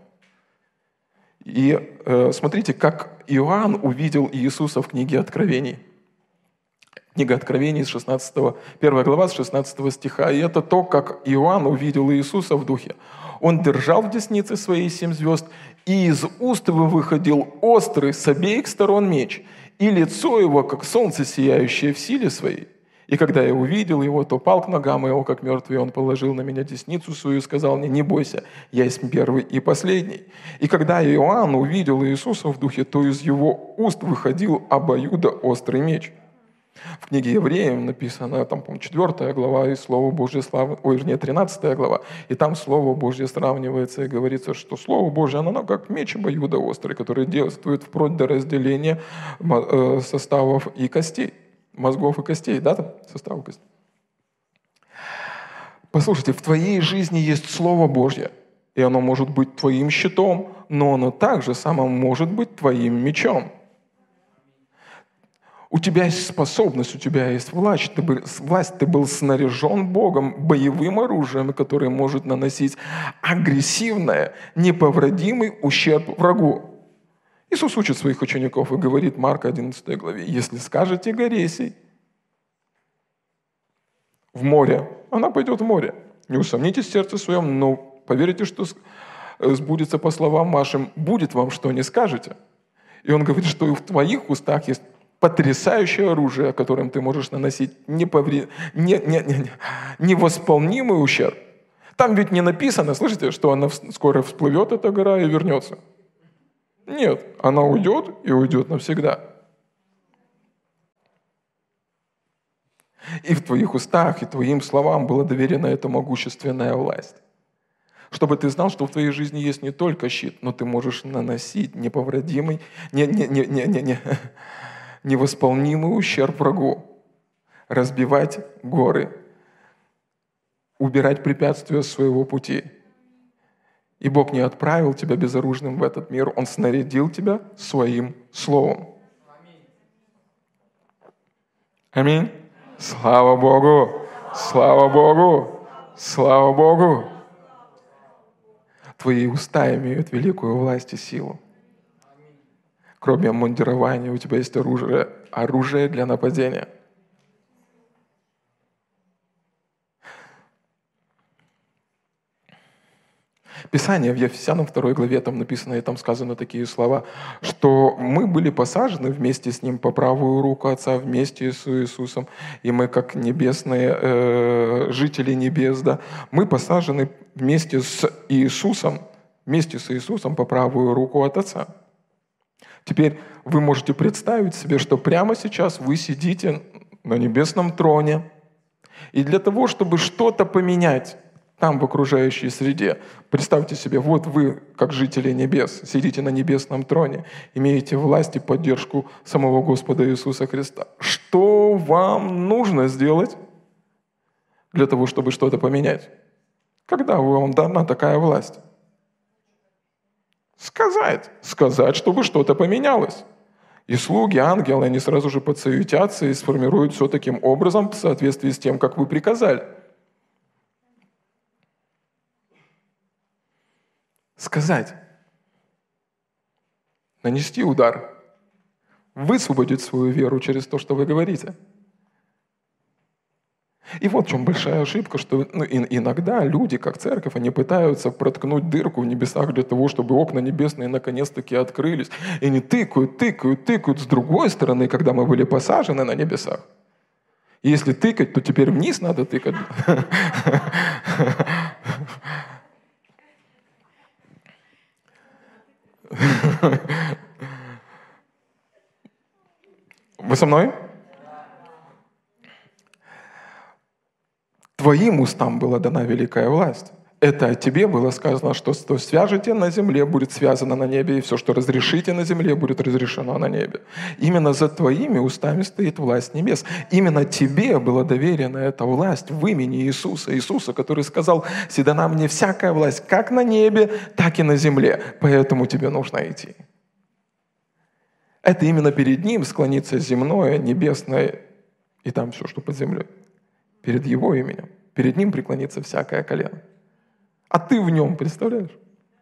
И смотрите, как Иоанн увидел Иисуса в книге Откровений. Книга Откровений, 1 глава, с 16 стиха. И это то, как Иоанн увидел Иисуса в духе. Он держал в деснице своей 7 звезд, и из уст его выходил острый с обеих сторон меч, и лицо его, как солнце, сияющее в силе своей. И когда я увидел его, то пал к ногам его, как мертвый, и он положил на меня десницу свою и сказал мне, не бойся, я есть первый и последний. И когда Иоанн увидел Иисуса в духе, то из его уст выходил обоюдоострый меч. В книге Евреям написано, 4 глава, и Слово Божье 13 глава, и там Слово Божье сравнивается, и говорится, что Слово Божье, оно как меч обоюдоострый, который действует вплоть до разделения составов и костей, мозгов и костей, составов костей. Послушайте, в твоей жизни есть Слово Божье, и оно может быть твоим щитом, но оно также само может быть твоим мечом. У тебя есть способность, у тебя есть власть, ты был снаряжен Богом боевым оружием, которое может наносить агрессивное, неповоротимый ущерб врагу. Иисус учит своих учеников и говорит, Марка 11 главе, если скажете горе сей в море, она пойдет в море. Не усомнитесь в сердце своем, но поверите, что сбудется по словам вашим, будет вам, что не скажете. И он говорит, что и в твоих устах есть потрясающее оружие, которым ты можешь наносить невосполнимый ущерб. Там ведь не написано, слышите, что она скоро всплывет, эта гора, и вернется. Нет, она уйдет и уйдет навсегда. И в твоих устах, и твоим словам была доверена эта могущественная власть. Чтобы ты знал, что в твоей жизни есть не только щит, но ты можешь наносить невосполнимый ущерб врагу, разбивать горы, убирать препятствия с своего пути. И Бог не отправил тебя безоружным в этот мир, Он снарядил тебя своим словом. Аминь. Слава Богу! Слава Богу! Слава Богу! Твои уста имеют великую власть и силу. Кроме обмундирования у тебя есть оружие для нападения. Писание в Ефесянам 2 главе, там написано, и там сказаны такие слова, что мы были посажены вместе с Ним по правую руку Отца, вместе с Иисусом, и мы, как небесные жители небес, да, мы посажены вместе с Иисусом по правую руку от Отца. Теперь вы можете представить себе, что прямо сейчас вы сидите на небесном троне, и для того, чтобы что-то поменять там, в окружающей среде, представьте себе, вот вы, как жители небес, сидите на небесном троне, имеете власть и поддержку самого Господа Иисуса Христа. Что вам нужно сделать для того, чтобы что-то поменять? Когда вам дана такая власть? Сказать, чтобы что-то поменялось. И слуги, ангелы, они сразу же подсуетятся и сформируют все таким образом в соответствии с тем, как вы приказали. Сказать, нанести удар, высвободить свою веру через то, что вы говорите. И вот в чем большая ошибка, что иногда люди, как церковь, они пытаются проткнуть дырку в небесах для того, чтобы окна небесные наконец-таки открылись. И они тыкают. С другой стороны, когда мы были посажены на небесах, и если тыкать, то теперь вниз надо тыкать. Вы со мной? Твоим устам была дана великая власть. Это о тебе было сказано, что свяжете на земле, будет связано на небе, и все, что разрешите на земле, будет разрешено на небе. Именно за твоими устами стоит власть небес. Именно тебе была доверена эта власть в имени Иисуса. Иисуса, который сказал: «Седана мне всякая власть, как на небе, так и на земле, поэтому тебе нужно идти». Это именно перед Ним склонится земное, небесное и там все, что под землей. Перед Его именем. Перед Ним преклонится всякое колено. А ты в Нем, представляешь?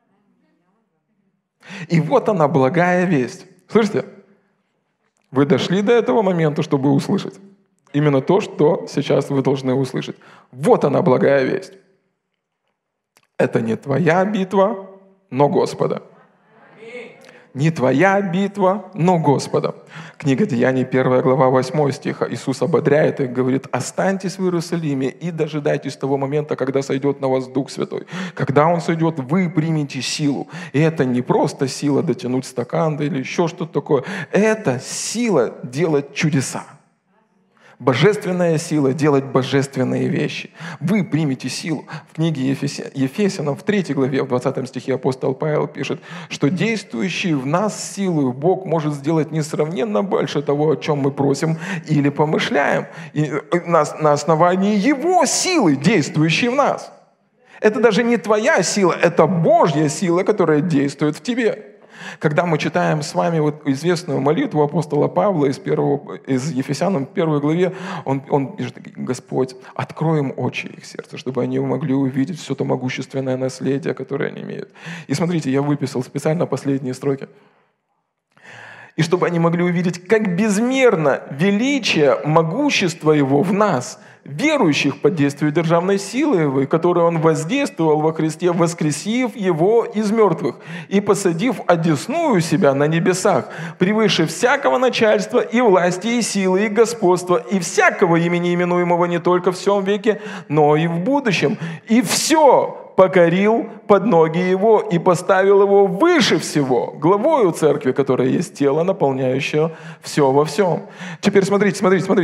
И вот она, благая весть. Слышите? Вы дошли до этого момента, чтобы услышать. Именно то, что сейчас вы должны услышать. Вот она, благая весть. Это не твоя битва, но Господа. Не твоя битва, но Господа. Книга Деяний, 1 глава, 8 стих. Иисус ободряет их, говорит: «Останьтесь в Иерусалиме и дожидайтесь того момента, когда сойдет на вас Дух Святой. Когда Он сойдет, вы примете силу». И это не просто сила дотянуть стакан или еще что-то такое. Это сила делать чудеса. Божественная сила делать божественные вещи. Вы примете силу. В книге Ефесянам, в 3 главе, в 20 стихе апостол Павел пишет, что действующий в нас силою Бог может сделать несравненно больше того, о чем мы просим или помышляем. И на основании Его силы, действующей в нас. Это даже не твоя сила, это Божья сила, которая действует в тебе. Когда мы читаем с вами вот известную молитву апостола Павла из Ефесянам 1 главе, он пишет: «Господь, открой им очи их сердца, чтобы они могли увидеть все то могущественное наследие, которое они имеют». И смотрите, я выписал специально последние строки. «И чтобы они могли увидеть, как безмерно величие, могущество Его в нас, верующих под действием державной силы Его, которой Он воздействовал во Христе, воскресив Его из мертвых и посадив одесную себя на небесах, превыше всякого начальства и власти, и силы, и господства, и всякого имени именуемого не только в сем веке, но и в будущем. И все покорил под ноги Его и поставил Его выше всего, главою церкви, которая есть тело, наполняющее все во всем. Теперь смотрите.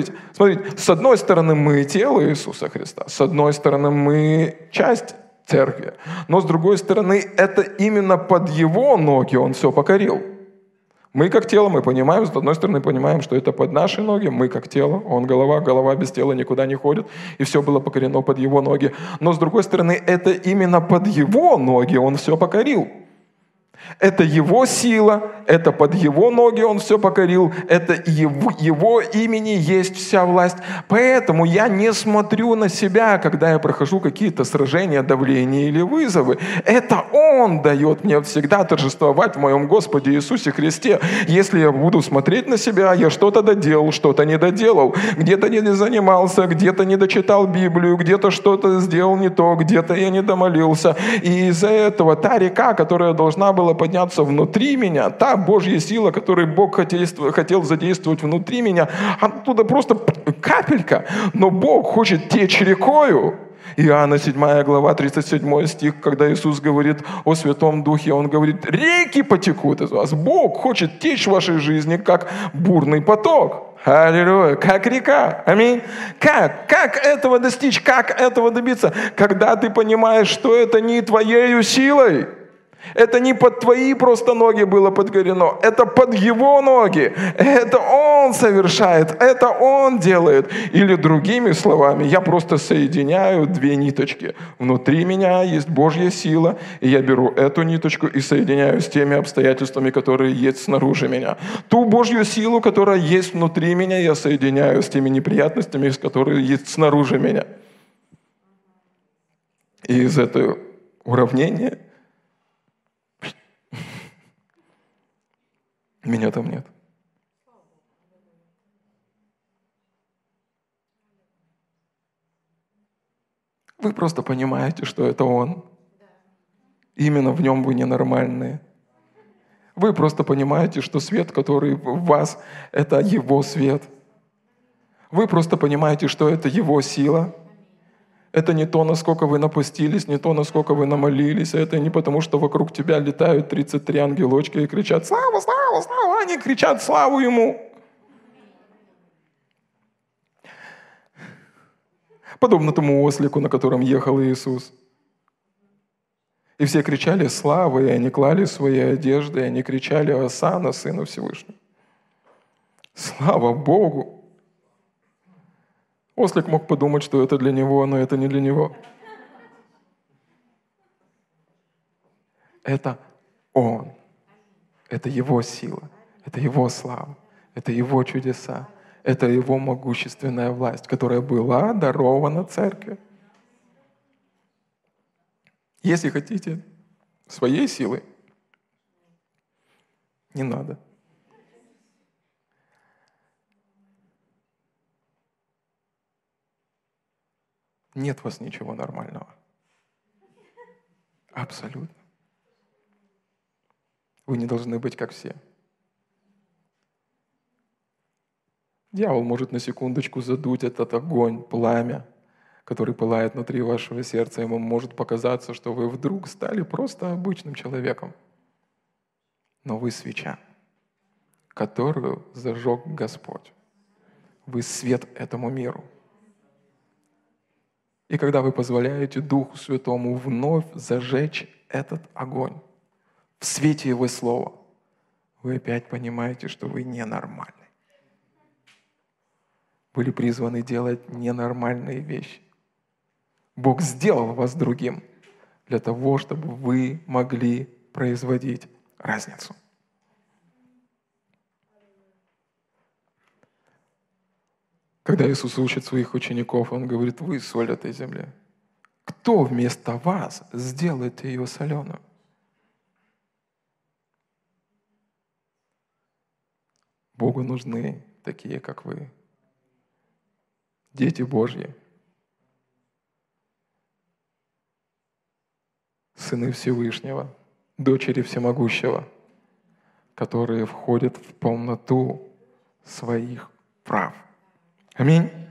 С одной стороны, мы тело Иисуса Христа. С одной стороны, мы часть церкви. Но с другой стороны, это именно под Его ноги Он все покорил. Мы как тело, мы понимаем, с одной стороны понимаем, что это под наши ноги, мы как тело, Он голова, голова без тела никуда не ходит, и все было покорено под Его ноги. Но с другой стороны, это именно под Его ноги Он все покорил. Это Его сила, это под Его ноги Он все покорил, это Его имени есть вся власть. Поэтому я не смотрю на себя, когда я прохожу какие-то сражения, давления или вызовы. Это Он дает мне всегда торжествовать в моем Господе Иисусе Христе. Если я буду смотреть на себя, я что-то доделал, что-то не доделал, где-то не занимался, где-то не дочитал Библию, где-то что-то сделал не то, где-то я не домолился. И из-за этого та река, которая должна была подняться внутри меня, та Божья сила, которую Бог хотел задействовать внутри меня, оттуда просто капелька. Но Бог хочет течь рекою. Иоанна 7 глава, 37 стих, когда Иисус говорит о Святом Духе, Он говорит, реки потекут из вас. Бог хочет течь в вашей жизни, как бурный поток. Аллилуйя. Как река. Аминь. Как этого достичь? Как этого добиться? Когда ты понимаешь, что это не твоею силой. Это не под твои просто ноги было подкорено, это под Его ноги. Это Он совершает, это Он делает. Или другими словами, я просто соединяю две ниточки. Внутри меня есть Божья сила, и я беру эту ниточку и соединяю с теми обстоятельствами, которые есть снаружи меня. Ту Божью силу, которая есть внутри меня, я соединяю с теми неприятностями, которые есть снаружи меня. И из этого уравнения меня там нет. Вы просто понимаете, что это Он. Именно в Нем вы ненормальные. Вы просто понимаете, что свет, который в вас, это Его свет. Вы просто понимаете, что это Его сила. Это не то, насколько вы напустились, не то, насколько вы намолились. Это не потому, что вокруг тебя летают 33 ангелочка и кричат «Слава, слава, слава!» Они кричат «Славу Ему!» Подобно тому ослику, на котором ехал Иисус. И все кричали «Слава!» И они клали свои одежды, и они кричали «Осанна, Сыну Всевышнему!» Слава Богу! Ослик мог подумать, что это для него, но это не для него. Это Он. Это Его сила. Это Его слава. Это Его чудеса. Это Его могущественная власть, которая была дарована церкви. Если хотите своей силы, не надо. Нет в вас ничего нормального. Абсолютно. Вы не должны быть как все. Дьявол может на секундочку задуть этот огонь, пламя, который пылает внутри вашего сердца. Ему может показаться, что вы вдруг стали просто обычным человеком. Но вы свеча, которую зажег Господь. Вы свет этому миру. И когда вы позволяете Духу Святому вновь зажечь этот огонь в свете Его Слова, вы опять понимаете, что вы ненормальны. Были призваны делать ненормальные вещи. Бог сделал вас другим для того, чтобы вы могли производить разницу. Когда Иисус учит своих учеников, Он говорит, вы соль этой земли. Кто вместо вас сделает ее соленую? Богу нужны такие, как вы. Дети Божьи, сыны Всевышнего, дочери Всемогущего, которые входят в полноту своих прав. Аминь.